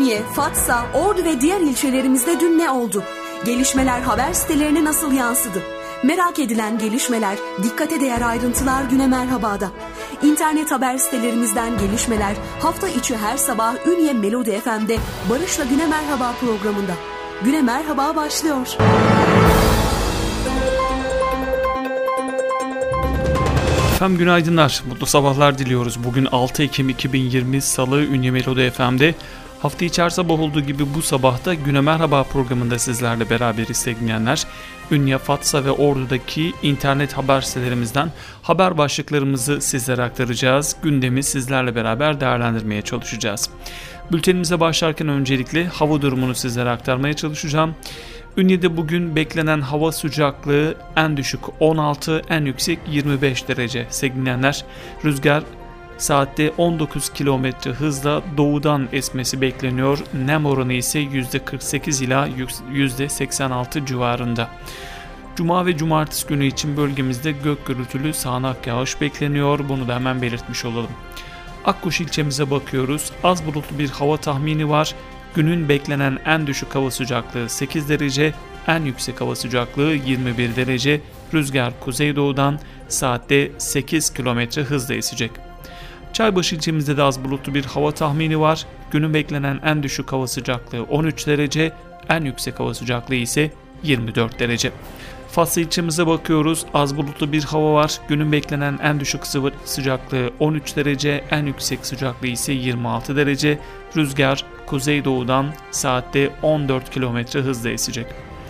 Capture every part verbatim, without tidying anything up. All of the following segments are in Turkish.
Ünye, Fatsa, Ordu ve diğer ilçelerimizde dün ne oldu? Gelişmeler haber sitelerine nasıl yansıdı? Merak edilen gelişmeler, dikkate değer ayrıntılar Güne Merhaba'da. İnternet haber sitelerimizden gelişmeler hafta içi her sabah Ünye Melodi F M'de Barış'la Güne Merhaba programında. Güne Merhaba başlıyor. Efendim günaydınlar, mutlu sabahlar diliyoruz. Bugün altı Ekim iki bin yirmi Salı Ünye Melodi F M'de hafta içi her sabah olduğu gibi bu sabahta Güne Merhaba programında sizlerle beraberiz sevgili dinleyenler. Ünye, Fatsa ve Ordu'daki internet haber sitelerimizden haber başlıklarımızı sizlere aktaracağız. Gündemi sizlerle beraber değerlendirmeye çalışacağız. Bültenimize başlarken öncelikle hava durumunu sizlere aktarmaya çalışacağım. Ünye'de bugün beklenen hava sıcaklığı en düşük on altı, en yüksek yirmi beş derece sevgili dinleyenler. Rüzgar saatte on dokuz kilometre hızla doğudan esmesi bekleniyor. Nem oranı ise yüzde kırk sekiz ila yüzde seksen altı civarında. Cuma ve cumartesi günü için bölgemizde gök gürültülü sağanak yağış bekleniyor. Bunu da hemen belirtmiş olalım. Akkuş ilçemize bakıyoruz. Az bulutlu bir hava tahmini var. Günün beklenen en düşük hava sıcaklığı sekiz derece, en yüksek hava sıcaklığı yirmi bir derece. Rüzgar kuzeydoğudan saatte sekiz kilometre hızla esecek. Çaybaşı ilçemizde de az bulutlu bir hava tahmini var. Günün beklenen en düşük hava sıcaklığı on üç derece, en yüksek hava sıcaklığı ise yirmi dört derece. Fatsa ilçemize bakıyoruz. Az bulutlu bir hava var. Günün beklenen en düşük sıcaklığı on üç derece, en yüksek sıcaklığı ise yirmi altı derece. Rüzgar kuzeydoğudan saatte on dört kilometre hızla esecek.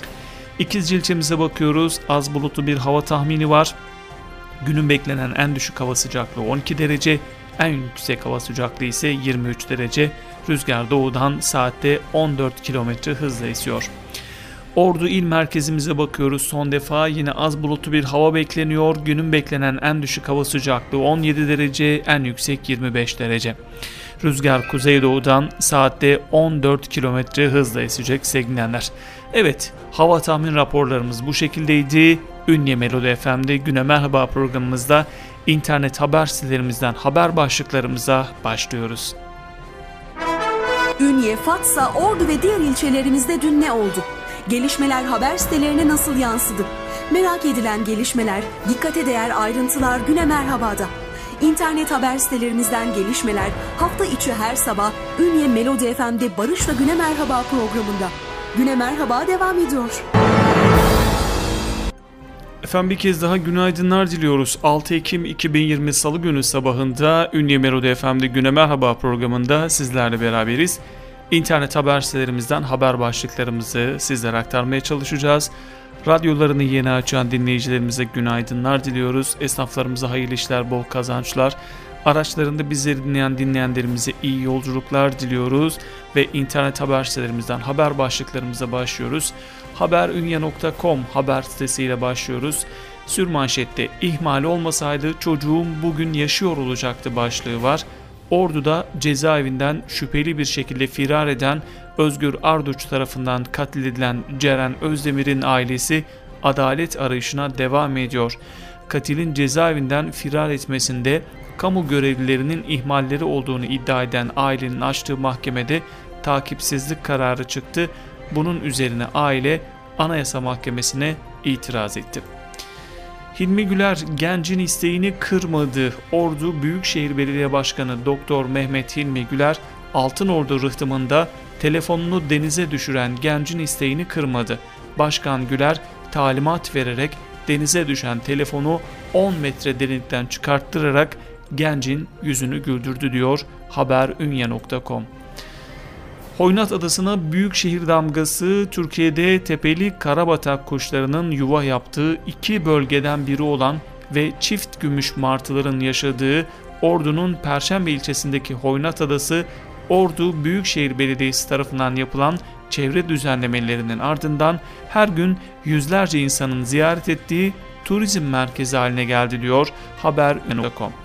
İkizce ilçemize bakıyoruz. Az bulutlu bir hava tahmini var. Günün beklenen en düşük hava sıcaklığı on iki derece, en yüksek hava sıcaklığı ise yirmi üç derece. Rüzgar doğudan saatte on dört kilometre hızla esiyor. Ordu il merkezimize bakıyoruz. Son defa yine az bulutlu bir hava bekleniyor. Günün beklenen en düşük hava sıcaklığı on yedi derece, en yüksek yirmi beş derece. Rüzgar kuzeydoğudan saatte on dört kilometre hızla esecek sevgili dinleyenler. Evet, hava tahmin raporlarımız bu şekildeydi. Ünye Melodi F M'de Güne Merhaba programımızda internet haber sitelerimizden haber başlıklarımıza başlıyoruz. Ünye, Fatsa, Ordu ve diğer ilçelerimizde dün ne oldu? Gelişmeler haber sitelerine nasıl yansıdı? Merak edilen gelişmeler, dikkate değer ayrıntılar Güne Merhaba'da. İnternet haber sitelerimizden gelişmeler hafta içi her sabah Ünye Melodi F M'de Barış'la Güne Merhaba programında. Güne Merhaba devam ediyor. Efendim bir kez daha günaydınlar diliyoruz. altı Ekim iki bin yirmi Salı günü sabahında Ünye Melodi F M'de Güne Merhaba programında sizlerle beraberiz. İnternet haber sitelerimizden haber başlıklarımızı sizlere aktarmaya çalışacağız. Radyolarını yeni açan dinleyicilerimize günaydınlar diliyoruz. Esnaflarımıza hayırlı işler, bol kazançlar. Araçlarında bizleri dinleyen dinleyenlerimize iyi yolculuklar diliyoruz. Ve internet haber sitelerimizden haber başlıklarımıza başlıyoruz. haber ünye nokta com haber sitesiyle başlıyoruz. Sürmanşette ihmal olmasaydı çocuğum bugün yaşıyor olacaktı başlığı var. Ordu'da cezaevinden şüpheli bir şekilde firar eden Özgür Arduç tarafından katledilen Ceren Özdemir'in ailesi adalet arayışına devam ediyor. Katilin cezaevinden firar etmesinde kamu görevlilerinin ihmalleri olduğunu iddia eden ailenin açtığı mahkemede takipsizlik kararı çıktı. Bunun üzerine aile Anayasa Mahkemesi'ne itiraz etti. Hilmi Güler gencin isteğini kırmadı. Ordu Büyükşehir Belediye Başkanı Doktor Mehmet Hilmi Güler, Altınordu rıhtımında telefonunu denize düşüren gencin isteğini kırmadı. Başkan Güler talimat vererek denize düşen telefonu on metre derinlikten çıkarttırarak gencin yüzünü güldürdü diyor haber ünye nokta com. Hoynat Adası'na büyük şehir damgası. Türkiye'de tepeli karabatak kuşlarının yuva yaptığı iki bölgeden biri olan ve çift gümüş martıların yaşadığı Ordu'nun Perşembe ilçesindeki Hoynat Adası, Ordu Büyükşehir Belediyesi tarafından yapılan çevre düzenlemelerinin ardından her gün yüzlerce insanın ziyaret ettiği turizm merkezi haline geldi diyor haber ünye nokta com.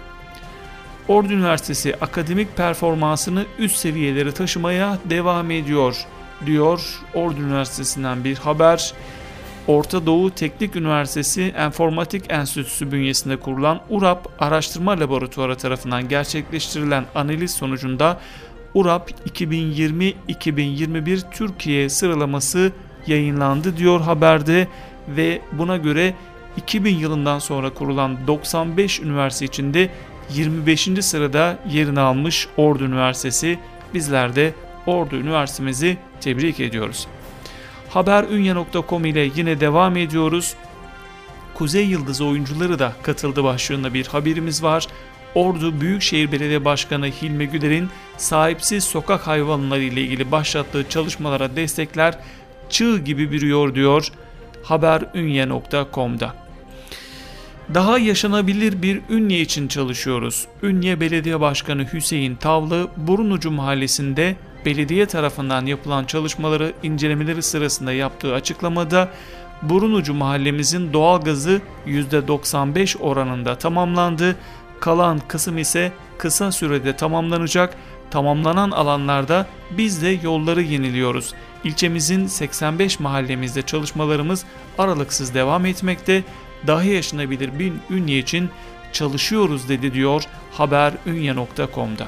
Ordu Üniversitesi akademik performansını üst seviyelere taşımaya devam ediyor diyor Ordu Üniversitesi'nden bir haber. Orta Doğu Teknik Üniversitesi Enformatik Enstitüsü bünyesinde kurulan URAP Araştırma Laboratuvarı tarafından gerçekleştirilen analiz sonucunda U R A P iki bin yirmi iki bin yirmi bir Türkiye sıralaması yayınlandı diyor haberde ve buna göre iki bin yılından sonra kurulan doksan beş üniversite içinde yirmi beşinci sırada yerini almış Ordu Üniversitesi. Bizler de Ordu Üniversitemizi tebrik ediyoruz. haber ünye nokta com ile yine devam ediyoruz. Kuzey Yıldızı oyuncuları da katıldı başlığında bir haberimiz var. Ordu Büyükşehir Belediye Başkanı Hilmi Güler'in sahipsiz sokak hayvanları ile ilgili başlattığı çalışmalara destekler çığ gibi bürüyor diyor haber ünye nokta com'da. Daha yaşanabilir bir Ünye için çalışıyoruz. Ünye Belediye Başkanı Hüseyin Tavlı, Burunucu Mahallesi'nde belediye tarafından yapılan çalışmaları incelemeleri sırasında yaptığı açıklamada Burunucu mahallemizin doğalgazı yüzde doksan beş oranında tamamlandı. Kalan kısım ise kısa sürede tamamlanacak. Tamamlanan alanlarda biz de yolları yeniliyoruz. İlçemizin seksen beş mahallemizde çalışmalarımız aralıksız devam etmekte. Daha yaşanabilir bir Ünye için çalışıyoruz dedi diyor haber ünye nokta com'da.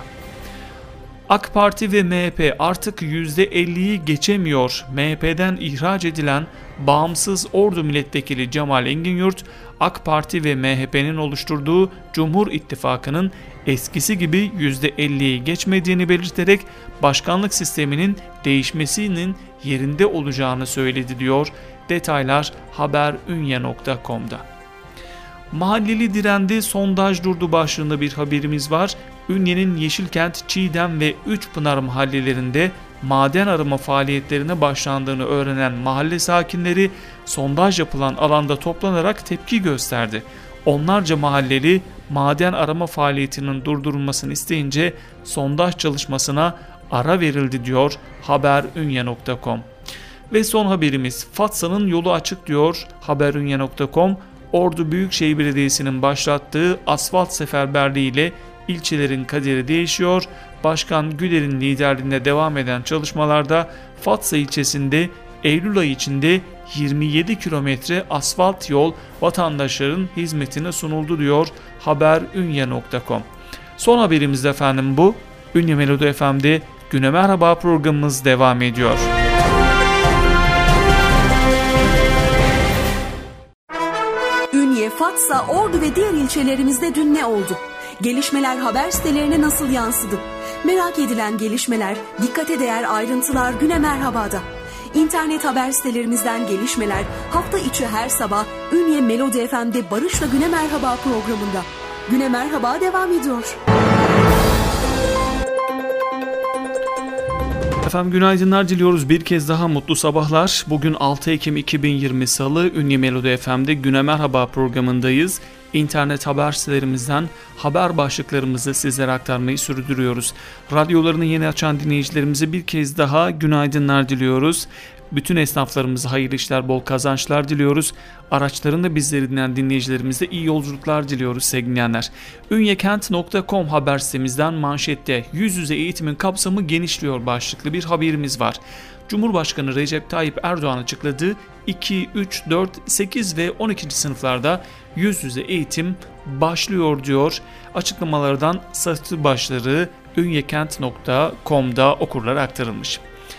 AK Parti ve M H P artık yüzde elliyi geçemiyor. M H P'den ihraç edilen bağımsız Ordu Milletvekili Cemal Enginyurt, AK Parti ve M H P'nin oluşturduğu Cumhur İttifakı'nın eskisi gibi yüzde elliyi geçmediğini belirterek başkanlık sisteminin değişmesinin yerinde olacağını söyledi diyor. Detaylar haber ünye nokta com'da. Mahalleli direndi, sondaj durdu başlığında bir haberimiz var. Ünye'nin Yeşilkent, Çiğdem ve Üçpınar mahallelerinde maden arama faaliyetlerine başlandığını öğrenen mahalle sakinleri sondaj yapılan alanda toplanarak tepki gösterdi. Onlarca mahalleli maden arama faaliyetinin durdurulmasını isteyince sondaj çalışmasına ara verildi diyor haber ünye nokta com. Ve son haberimiz Fatsa'nın yolu açık diyor haber ünye nokta com. Ordu Büyükşehir Belediyesi'nin başlattığı asfalt seferberliği ile ilçelerin kaderi değişiyor. Başkan Güler'in liderliğinde devam eden çalışmalarda Fatsa ilçesinde Eylül ayı içinde yirmi yedi kilometre asfalt yol vatandaşların hizmetine sunuldu diyor haber ünye nokta com. Son haberimiz de efendim bu. Ünye Melodi F M'de Güne Merhaba programımız devam ediyor. Ünye, Fatsa, Ordu ve diğer ilçelerimizde dün ne oldu? Gelişmeler haber sitelerine nasıl yansıdı? Merak edilen gelişmeler, dikkate değer ayrıntılar Güne Merhaba'da. İnternet haber sitelerimizden gelişmeler hafta içi her sabah Ünye Melodi F M'de Barış'la Güne Merhaba programında. Güne Merhaba devam ediyor. Efendim günaydınlar diliyoruz. Bir kez daha mutlu sabahlar. Bugün altı Ekim iki bin yirmi Salı Ünye Melodi F M'de Güne Merhaba programındayız. İnternet haber sitelerimizden haber başlıklarımızı sizlere aktarmayı sürdürüyoruz. Radyolarını yeni açan dinleyicilerimize bir kez daha günaydınlar diliyoruz. Bütün esnaflarımıza hayırlı işler, bol kazançlar diliyoruz. Araçlarında bizleri dinleyen dinleyicilerimize iyi yolculuklar diliyoruz sevgili dinleyenler. ünyekent nokta com haber sitemizden manşette yüz yüze eğitimin kapsamı genişliyor başlıklı bir haberimiz var. Cumhurbaşkanı Recep Tayyip Erdoğan açıkladığı iki, üç, dört, sekiz ve on ikinci sınıflarda yüz yüze eğitim başlıyor diyor. Açıklamalardan satır başları ünyekent nokta com'da okurlara aktarılmış.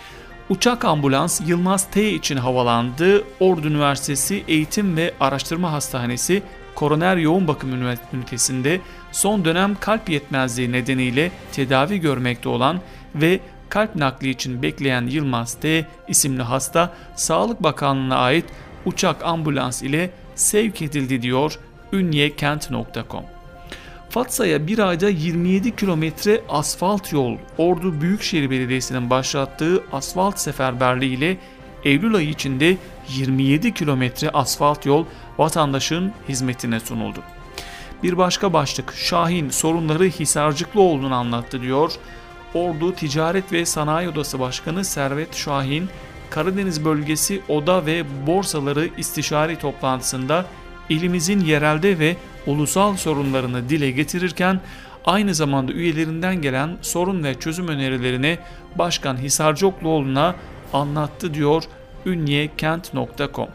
Uçak ambulans Yılmaz T için havalandı. Ordu Üniversitesi Eğitim ve Araştırma Hastanesi Koroner Yoğun Bakım Ünitesi'nde son dönem kalp yetmezliği nedeniyle tedavi görmekte olan ve kalp nakli için bekleyen Yılmaz T isimli hasta Sağlık Bakanlığı'na ait uçak ambulans ile sevk edildi diyor ünyekent nokta com. Fatsa'ya bir ayda yirmi yedi kilometre asfalt yol, Ordu Büyükşehir Belediyesi'nin başlattığı asfalt seferberliği ile Eylül ayı içinde yirmi yedi kilometre asfalt yol vatandaşın hizmetine sunuldu. Bir başka başlık, Şahin sorunları Hisarcıklıoğlu'nun anlattı diyor. Ordu Ticaret ve Sanayi Odası Başkanı Servet Şahin, Karadeniz Bölgesi Oda ve Borsaları İstişari toplantısında ilimizin yerelde ve ulusal sorunlarını dile getirirken aynı zamanda üyelerinden gelen sorun ve çözüm önerilerini Başkan Hisarcıklıoğlu'na anlattı diyor ünyekent nokta com.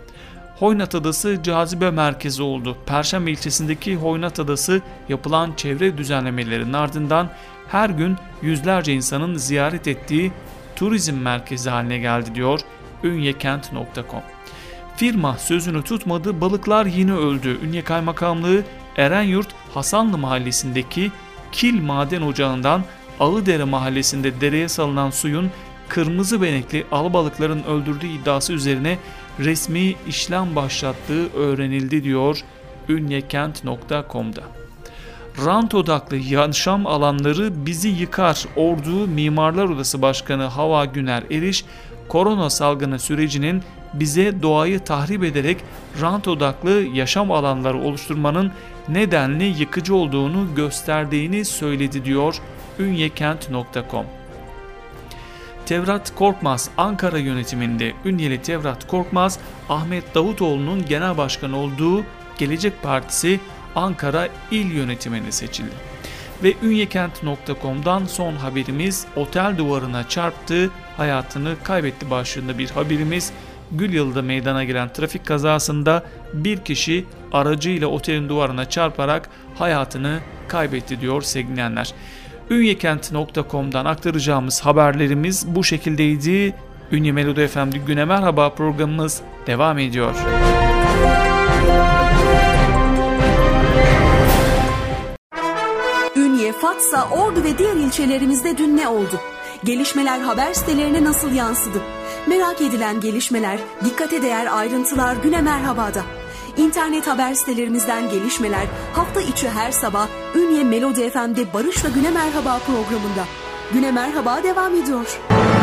Hoynat Adası cazibe merkezi oldu. Perşembe ilçesindeki Hoynat Adası yapılan çevre düzenlemelerinin ardından her gün yüzlerce insanın ziyaret ettiği turizm merkezi haline geldi diyor ünyekent nokta com. Firma sözünü tutmadı, balıklar yine öldü. Ünye Kaymakamlığı Erenyurt Hasanlı mahallesindeki Kil Maden Ocağı'ndan Ağıdere mahallesinde dereye salınan suyun kırmızı benekli alabalıkların öldürdüğü iddiası üzerine resmi işlem başlattığı öğrenildi diyor ünyekent nokta com'da. Rant odaklı yaşam alanları bizi yıkar. Ordu Mimarlar Odası Başkanı Hava Güner Eriş, korona salgını sürecinin bize doğayı tahrip ederek rant odaklı yaşam alanları oluşturmanın nedenli yıkıcı olduğunu gösterdiğini söyledi diyor ünyekent nokta com. Tevrat Korkmaz Ankara yönetiminde Ünyeli Tevrat Korkmaz, Ahmet Davutoğlu'nun genel başkan olduğu Gelecek Partisi Ankara İl Yönetimine seçildi. Ve ünyekent nokta com'dan son haberimiz, otel duvarına çarptı, hayatını kaybetti başlığında bir haberimiz. Gülyılı'da meydana gelen trafik kazasında bir kişi aracıyla otelin duvarına çarparak hayatını kaybetti diyor sevgili dinleyenler. ünyekent nokta com'dan aktaracağımız haberlerimiz bu şekildeydi. Ünye Melodi F M'de Güne Merhaba programımız devam ediyor. Ünye, Fatsa, Ordu ve diğer ilçelerimizde dün ne oldu? Gelişmeler haber sitelerine nasıl yansıdı? Merak edilen gelişmeler, dikkate değer ayrıntılar Güne Merhaba'da. İnternet haber sitelerimizden gelişmeler hafta içi her sabah Ünye Melodi F M'de Barış'la Güne Merhaba programında. Güne Merhaba devam ediyor.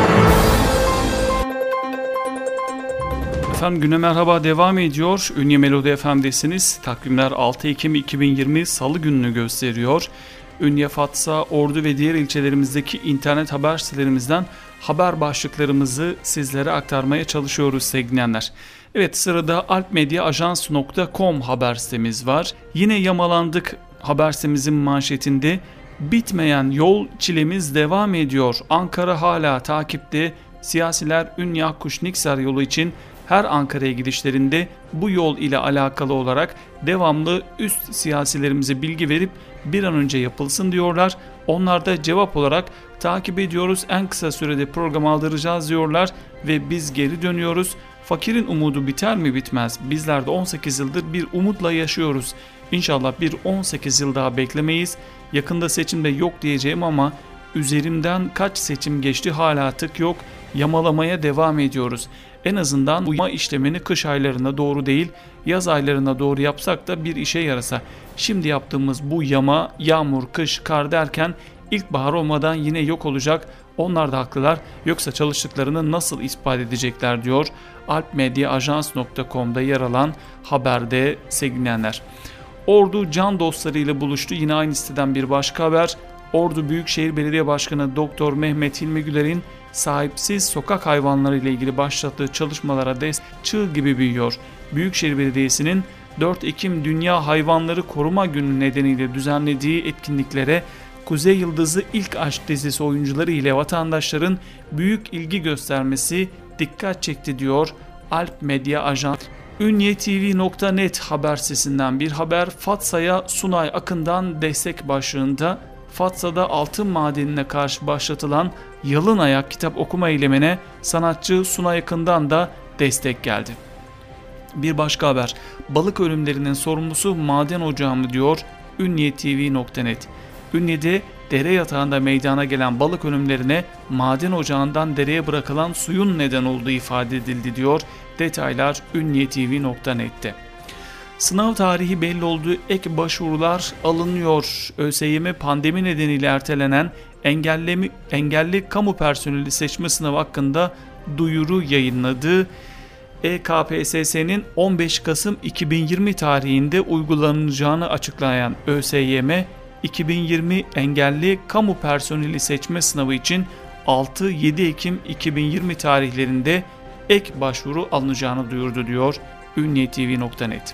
Efendim Güne Merhaba devam ediyor. Ünye Melodi F M'desiniz. Takvimler altı Ekim iki bin yirmi Salı gününü gösteriyor. Ünye, Fatsa, Ordu ve diğer ilçelerimizdeki internet haber sitelerimizden haber başlıklarımızı sizlere aktarmaya çalışıyoruz sevgili dinleyenler. Evet, sırada alpmedyaajans nokta com haber sitemiz var. Yine yamalandık haber sitemizin manşetinde bitmeyen yol çilemiz devam ediyor. Ankara hala takipte. Siyasiler Ünye Akkuş Niksar yolu için her Ankara'ya gidişlerinde bu yol ile alakalı olarak devamlı üst siyasilerimize bilgi verip bir an önce yapılsın diyorlar. Onlar da cevap olarak takip ediyoruz, en kısa sürede program aldıracağız diyorlar ve biz geri dönüyoruz. Fakirin umudu biter mi bitmez. Bizler de on sekiz yıldır bir umutla yaşıyoruz. İnşallah bir on sekiz yıl daha beklemeyiz. Yakında seçimde yok diyeceğim ama üzerimden kaç seçim geçti hala tık yok. Yamalamaya devam ediyoruz. En azından bu yama işlemini kış aylarına doğru değil yaz aylarına doğru yapsak da bir işe yarasa. Şimdi yaptığımız bu yama yağmur, kış, kar derken ilkbahar olmadan yine yok olacak. Onlar da haklılar. Yoksa çalıştıklarını nasıl ispat edecekler diyor alpmedyaajans nokta com'da yer alan haberde sevgili dinleyenler. Ordu can dostları ile buluştu. Yine aynı siteden bir başka haber. Ordu Büyükşehir Belediye Başkanı Doktor Mehmet Hilmi Güler'in sahipsiz sokak hayvanları ile ilgili başlattığı çalışmalara destek çığ gibi büyüyor. Büyükşehir Belediyesi'nin dört Ekim Dünya Hayvanları Koruma Günü nedeniyle düzenlediği etkinliklere Kuzey Yıldızı İlk Aşk dizisi oyuncuları ile vatandaşların büyük ilgi göstermesi dikkat çekti diyor Alp Medya Ajans. ünye t v nokta net haber sitesinden bir haber. Fatsa'ya Sunay Akın'dan destek başlığında Fatsa'da altın madenine karşı başlatılan Yalın Ayak kitap okuma eylemine sanatçı Sunay Akın'dan da destek geldi. Bir başka haber, balık ölümlerinin sorumlusu maden ocağı mı diyor ünye t v nokta net. Ünye'de dere yatağında meydana gelen balık ölümlerine maden ocağından dereye bırakılan suyun neden olduğu ifade edildi diyor. Detaylar ünye t v nokta net'te. Sınav tarihi belli oldu, ek başvurular alınıyor. ÖSYM pandemi nedeniyle ertelenen engelli, engelli kamu personeli seçme sınavı hakkında duyuru yayınladı. E K P S S'nin on beş Kasım iki bin yirmi tarihinde uygulanacağını açıklayan ÖSYM, iki bin yirmi engelli kamu personeli seçme sınavı için altı yedi Ekim iki bin yirmi tarihlerinde ek başvuru alınacağını duyurdu diyor ünye t v nokta net.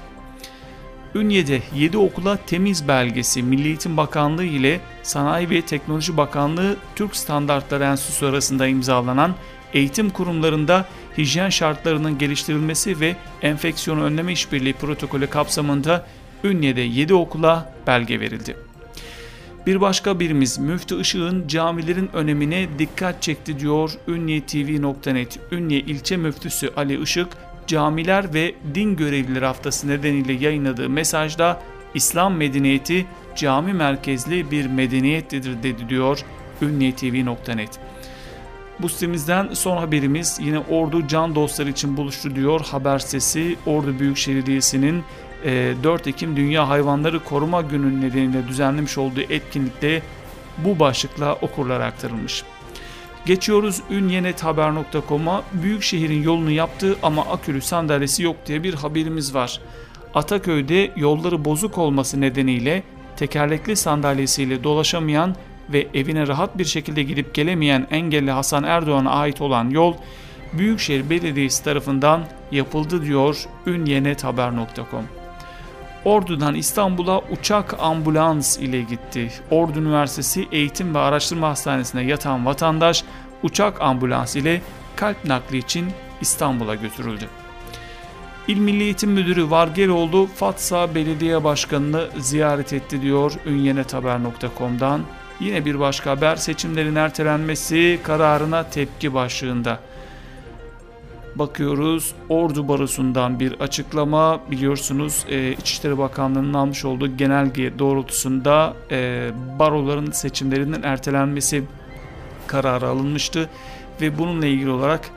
Ünye'de yedi okula temiz belgesi Milli Eğitim Bakanlığı ile Sanayi ve Teknoloji Bakanlığı Türk Standartları Enstitüsü arasında imzalanan eğitim kurumlarında hijyen şartlarının geliştirilmesi ve enfeksiyonu önleme işbirliği protokolü kapsamında Ünye'de yedi okula belge verildi. Bir başka birimiz Müftü Işık'ın camilerin önemine dikkat çekti diyor ünniye t v nokta net. Ünniye ilçe müftüsü Ali Işık, camiler ve din görevlileri haftası nedeniyle yayınladığı mesajda İslam medeniyeti cami merkezli bir medeniyettir dedi diyor ünniye t v nokta net. Bu sitemizden son haberimiz yine Ordu can dostları için buluştu diyor haber sitesi. Ordu Büyükşehir Belediyesi'nin dört Ekim Dünya Hayvanları Koruma Günü nedeniyle düzenlemiş olduğu etkinlikte bu başlıkla okurlara aktarılmış. Geçiyoruz ünyenet haber nokta com'a. Büyükşehir'in yolunu yaptığı ama akülü sandalyesi yok diye bir haberimiz var. Ataköy'de yolları bozuk olması nedeniyle tekerlekli sandalyesiyle dolaşamayan ve evine rahat bir şekilde gidip gelemeyen engelli Hasan Erdoğan'a ait olan yol Büyükşehir Belediyesi tarafından yapıldı diyor ünyenet haber nokta com. Ordu'dan İstanbul'a uçak ambulans ile gitti. Ordu Üniversitesi Eğitim ve Araştırma Hastanesi'ne yatan vatandaş uçak ambulans ile kalp nakli için İstanbul'a götürüldü. İl Milli Eğitim Müdürü Vargeloğlu Fatsa Belediye Başkanı'nı ziyaret etti diyor ünyenet haber nokta com'dan. Yine bir başka haber seçimlerin ertelenmesi kararına tepki başlığında. Bakıyoruz Ordu Barosu'ndan bir açıklama, biliyorsunuz e, İçişleri Bakanlığı'nın almış olduğu genelge doğrultusunda e, baroların seçimlerinin ertelenmesi kararı alınmıştı ve bununla ilgili olarak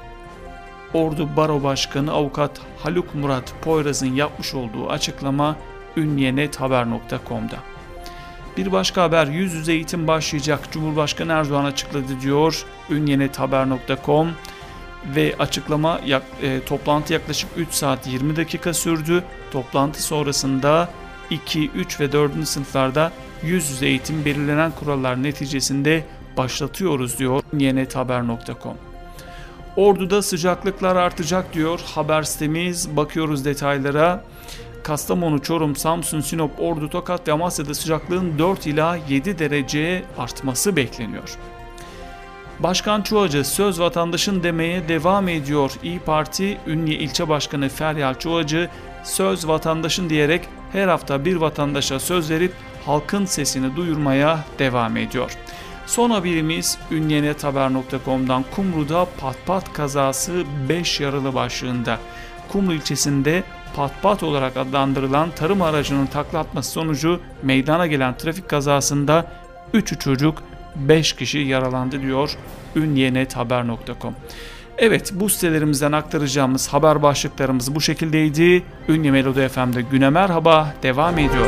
Ordu Baro Başkanı Avukat Haluk Murat Poyraz'ın yapmış olduğu açıklama ünyenet haber nokta com'da. Bir başka haber yüz yüze eğitim başlayacak Cumhurbaşkanı Erdoğan açıkladı diyor ünyenet haber nokta com. Ve açıklama yak, e, toplantı yaklaşık üç saat yirmi dakika sürdü. Toplantı sonrasında iki, üç ve dördüncü sınıflarda yüz yüze eğitim belirlenen kurallar neticesinde başlatıyoruz diyor ünyenet haber nokta com. Ordu'da sıcaklıklar artacak diyor haber sitemiz. Bakıyoruz detaylara. Kastamonu, Çorum, Samsun, Sinop, Ordu, Tokat ve Amasya'da sıcaklığın dört ila yedi derece artması bekleniyor. Başkan Çuhacı söz vatandaşın demeye devam ediyor. İYİ Parti Ünye İlçe Başkanı Feryal Çuhacı söz vatandaşın diyerek her hafta bir vatandaşa söz verip halkın sesini duyurmaya devam ediyor. Son haberimiz ünyenet haber nokta com'dan Kumru'da pat pat kazası beş yaralı başlığında. Kumru ilçesinde pat pat olarak adlandırılan tarım aracının takla atması sonucu meydana gelen trafik kazasında üç çocuk beş kişi yaralandı diyor ünyenet haber nokta com. Evet, bu sitelerimizden aktaracağımız haber başlıklarımız bu şekildeydi. Ünye Melodi F M'de Güne Merhaba devam ediyor.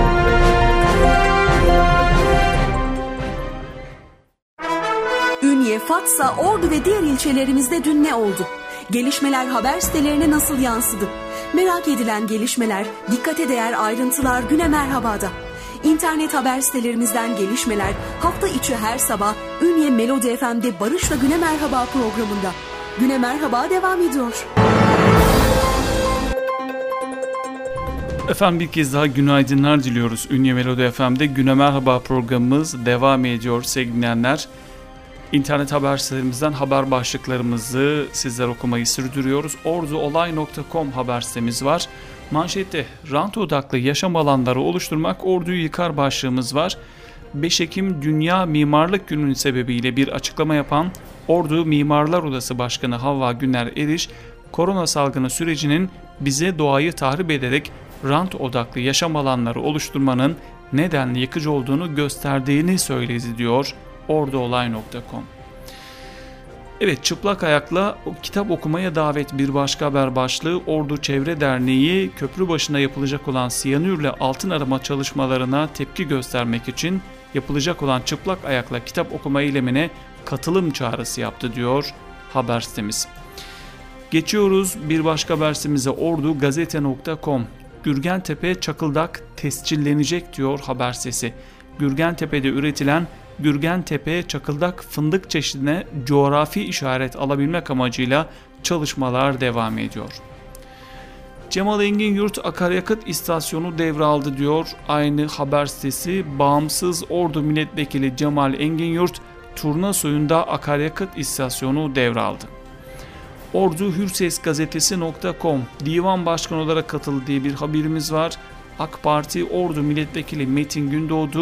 Ünye, Fatsa, Ordu ve diğer ilçelerimizde dün ne oldu? Gelişmeler haber sitelerine nasıl yansıdı? Merak edilen gelişmeler, dikkate değer ayrıntılar Güne Merhaba'da. İnternet haber sitelerimizden gelişmeler hafta içi her sabah Ünye Melodi F M'de Barış'la Güne Merhaba programında. Güne Merhaba devam ediyor. Efendim bir kez daha günaydınlar diliyoruz. Ünye Melodi F M'de Güne Merhaba programımız devam ediyor sevgili dinleyenler. İnternet haber sitelerimizden haber başlıklarımızı sizler okumayı sürdürüyoruz. orduolay nokta com haber sitemiz var. Manşette rant odaklı yaşam alanları oluşturmak orduyu yıkar başlığımız var. beş Ekim Dünya Mimarlık Günü sebebiyle bir açıklama yapan Ordu Mimarlar Odası Başkanı Havva Güner Eriş, korona salgını sürecinin bize doğayı tahrip ederek rant odaklı yaşam alanları oluşturmanın nedenli yıkıcı olduğunu gösterdiğini söyledi diyor orduolay nokta com. Evet, çıplak ayakla kitap okumaya davet bir başka haber başlığı. Ordu Çevre Derneği köprü başında yapılacak olan siyanürle altın arama çalışmalarına tepki göstermek için yapılacak olan çıplak ayakla kitap okuma eylemine katılım çağrısı yaptı diyor haber sitemiz. Geçiyoruz bir başka haber sitemize ordu gazete nokta com. Gürgentepe çakıldak tescillenecek diyor haber sitesi. Gürgentepe'de üretilen Gürgentepe çakıldak fındık çeşidine coğrafi işaret alabilmek amacıyla çalışmalar devam ediyor. Cemal Engin-Yurt akaryakıt istasyonu devraldı diyor aynı haber sitesi. Bağımsız Ordu Milletvekili Cemal Engin-Yurt Turna Suyu'nda akaryakıt istasyonu devraldı. Ordu Hürses gazetesi nokta com divan başkanı olarak katıldığı bir haberimiz var. AK Parti Ordu Milletvekili Metin Gündoğdu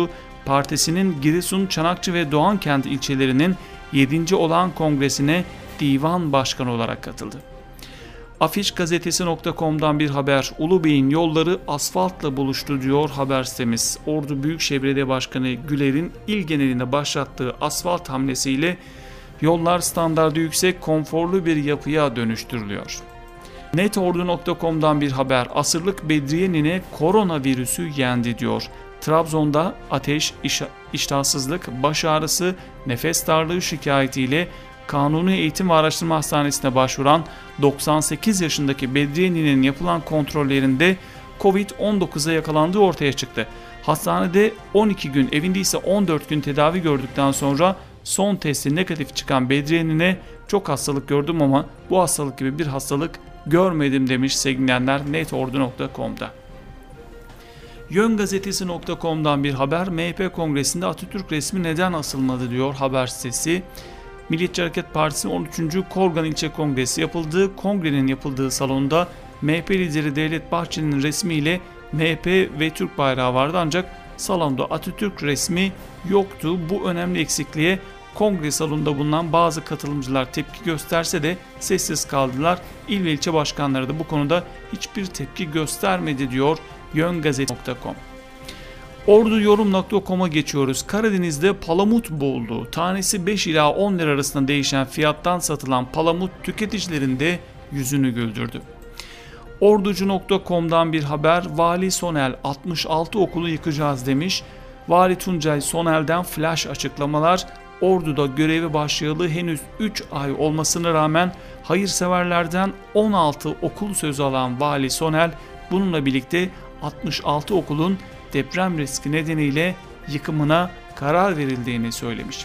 Partisi'nin Giresun, Çanakçı ve Doğankent ilçelerinin yedinci olağan kongresine divan başkanı olarak katıldı. Afiş gazetesi nokta com'dan bir haber. Ulubey'in yolları asfaltla buluştu diyor haber sitemiz. Ordu Büyükşehir Belediye Başkanı Güler'in il genelinde başlattığı asfalt hamlesiyle yollar standardı yüksek, konforlu bir yapıya dönüştürülüyor. netordu nokta com'dan bir haber. Asırlık Bedriye Nine koronavirüsü yendi diyor. Trabzon'da ateş, iş, iştahsızlık, baş ağrısı, nefes darlığı şikayetiyle Kanuni Eğitim ve Araştırma Hastanesi'ne başvuran doksan sekiz yaşındaki Bedriye Nine'nin yapılan kontrollerinde kovid on dokuza yakalandığı ortaya çıktı. Hastanede on iki gün, evinde ise on dört gün tedavi gördükten sonra son testi negatif çıkan Bedriye Nine, çok hastalık gördüm ama bu hastalık gibi bir hastalık görmedim demiş sevgilenler netordu nokta com'da. Yön gazetesi nokta com'dan bir haber. M H P kongresinde Atatürk resmi neden asılmadı diyor haber sitesi. Milliyetçi Hareket Partisi on üçüncü Korgan İlçe Kongresi yapıldığı, kongrenin yapıldığı salonda M H P lideri Devlet Bahçeli'nin resmiyle M H P ve Türk bayrağı vardı, ancak salonda Atatürk resmi yoktu. Bu önemli eksikliğe kongre salonunda bulunan bazı katılımcılar tepki gösterse de sessiz kaldılar. İl ve ilçe başkanları da bu konuda hiçbir tepki göstermedi diyor yön gazetesi nokta com. orduyorum nokta com'a geçiyoruz. Karadeniz'de palamut boğuldu. Tanesi beş ila on lira arasında değişen fiyattan satılan palamut tüketicilerin de yüzünü güldürdü. orducu nokta com'dan bir haber. Vali Sonel altmış altı okulu yıkacağız demiş. Vali Tuncay Sonel'den flash açıklamalar. Ordu'da görevi başlayalı henüz üç ay olmasına rağmen hayırseverlerden on altı okul sözü alan Vali Sonel, bununla birlikte altmış altı okulun deprem riski nedeniyle yıkımına karar verildiğini söylemiş.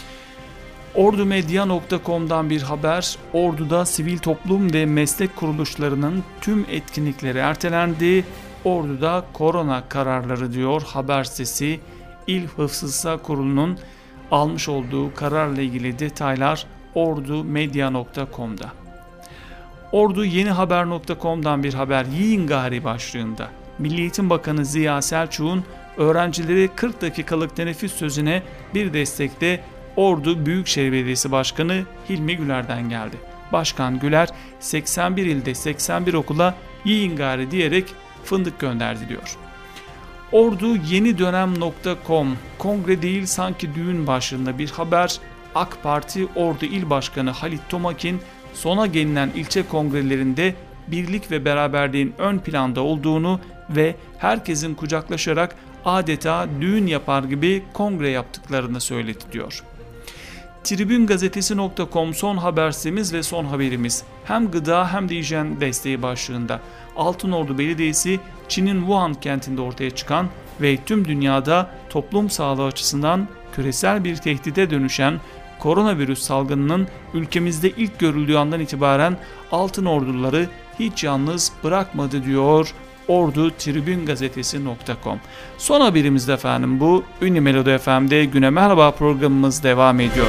ordumedya nokta com'dan bir haber. Ordu'da sivil toplum ve meslek kuruluşlarının tüm etkinlikleri ertelendi. Ordu'da korona kararları diyor haber sitesi. İl Hıfzı Kurulu'nun almış olduğu kararla ilgili detaylar ordumedya nokta com'da. Ordu yeni haber nokta com'dan bir haber. Yiyin gari başlığında Milli Eğitim Bakanı Ziya Selçuk'un öğrencileri kırk dakikalık teneffüs sözüne bir destekte Ordu Büyükşehir Belediyesi Başkanı Hilmi Güler'den geldi. Başkan Güler seksen bir ilde seksen bir okula yiyin gari diyerek fındık gönderdi diyor. ordu yeni dönem nokta com kongre değil sanki düğün başlığında bir haber. AK Parti Ordu İl Başkanı Halit Tomakin sona gelinen ilçe kongrelerinde birlik ve beraberliğin ön planda olduğunu ve herkesin kucaklaşarak adeta düğün yapar gibi kongre yaptıklarını söyledi diyor. tribün gazetesi nokta com son haber sitemiz ve son haberimiz. Hem gıda hem de hijyen desteği başlığında. Altınordu Belediyesi Çin'in Wuhan kentinde ortaya çıkan ve tüm dünyada toplum sağlığı açısından küresel bir tehdide dönüşen koronavirüs salgınının ülkemizde ilk görüldüğü andan itibaren Altınorduları hiç yalnız bırakmadı diyor Ordu Tribün gazetesi nokta com. Son haberimiz de efendim bu. Ünlü Melodi F M'de Güne Merhaba programımız devam ediyor.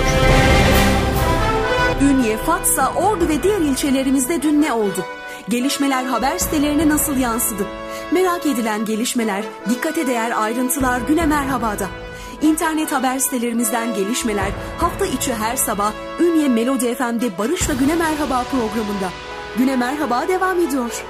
Ünye, Fatsa, Ordu ve diğer ilçelerimizde dün ne oldu? Gelişmeler haber sitelerine nasıl yansıdı? Merak edilen gelişmeler, dikkate değer ayrıntılar Güne Merhaba'da. İnternet haber sitelerimizden gelişmeler hafta içi her sabah Ünye Melodi F M'de Barış'la Güne Merhaba programında. Güne Merhaba devam ediyor.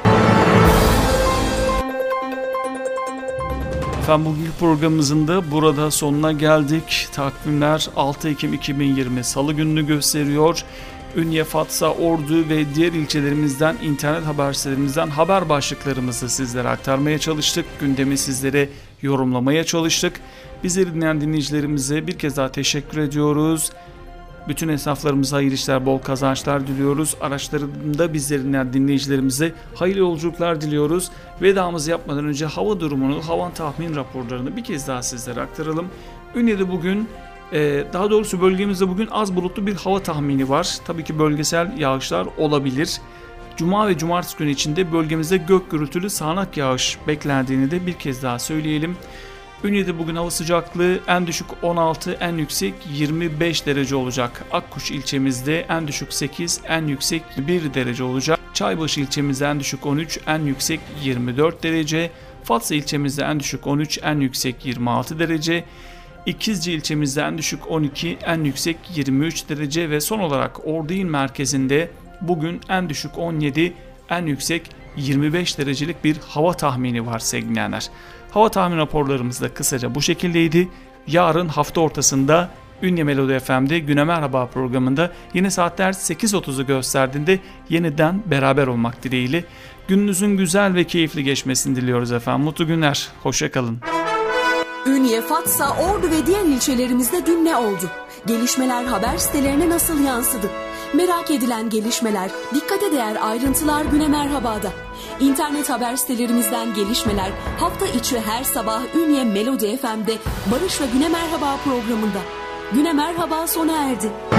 Efendim bugünkü programımızın da burada sonuna geldik. Takvimler altı Ekim iki bin yirmi Salı gününü gösteriyor. Ünye, Fatsa, Ordu ve diğer ilçelerimizden, internet haber sitelerimizden haber başlıklarımızı sizlere aktarmaya çalıştık. Gündemi sizlere yorumlamaya çalıştık. Bizleri dinleyen dinleyicilerimize bir kez daha teşekkür ediyoruz. Bütün esnaflarımıza hayırlı işler, bol kazançlar diliyoruz. Araçlarında bizleri dinleyen dinleyicilerimize hayırlı yolculuklar diliyoruz. Vedamızı yapmadan önce hava durumunu, hava tahmin raporlarını bir kez daha sizlere aktaralım. Ünye'de bugün, daha doğrusu bölgemizde bugün az bulutlu bir hava tahmini var. Tabii ki bölgesel yağışlar olabilir. Cuma ve cumartesi günü içinde bölgemizde gök gürültülü sağanak yağış beklendiğini de bir kez daha söyleyelim. Ünye'de bugün hava sıcaklığı en düşük on altı, en yüksek yirmi beş derece olacak. Akkuş ilçemizde en düşük sekiz, en yüksek bir derece olacak. Çaybaşı ilçemizde en düşük on üç, en yüksek yirmi dört derece. Fatsa ilçemizde en düşük on üç, en yüksek yirmi altı derece. İkizce ilçemizde en düşük on iki, en yüksek yirmi üç derece ve son olarak Ordu il merkezinde bugün en düşük on yedi, en yüksek yirmi beş derecelik bir hava tahmini var sevgili dinleyenler. Hava tahmin raporlarımız da kısaca bu şekildeydi. Yarın hafta ortasında Ünye Melodi F M'de Güne Merhaba programında yine saatler sekiz otuzu gösterdiğinde yeniden beraber olmak dileğiyle. Gününüzün güzel ve keyifli geçmesini diliyoruz efendim. Mutlu günler, hoşça kalın. Ünye, Fatsa, Ordu ve diğer ilçelerimizde dün ne oldu? Gelişmeler haber sitelerine nasıl yansıdı? Merak edilen gelişmeler, dikkate değer ayrıntılar Güne Merhaba'da. İnternet haber sitelerimizden gelişmeler hafta içi her sabah Ünye Melodi F M'de Barış ve Güne Merhaba programında. Güne Merhaba sona erdi.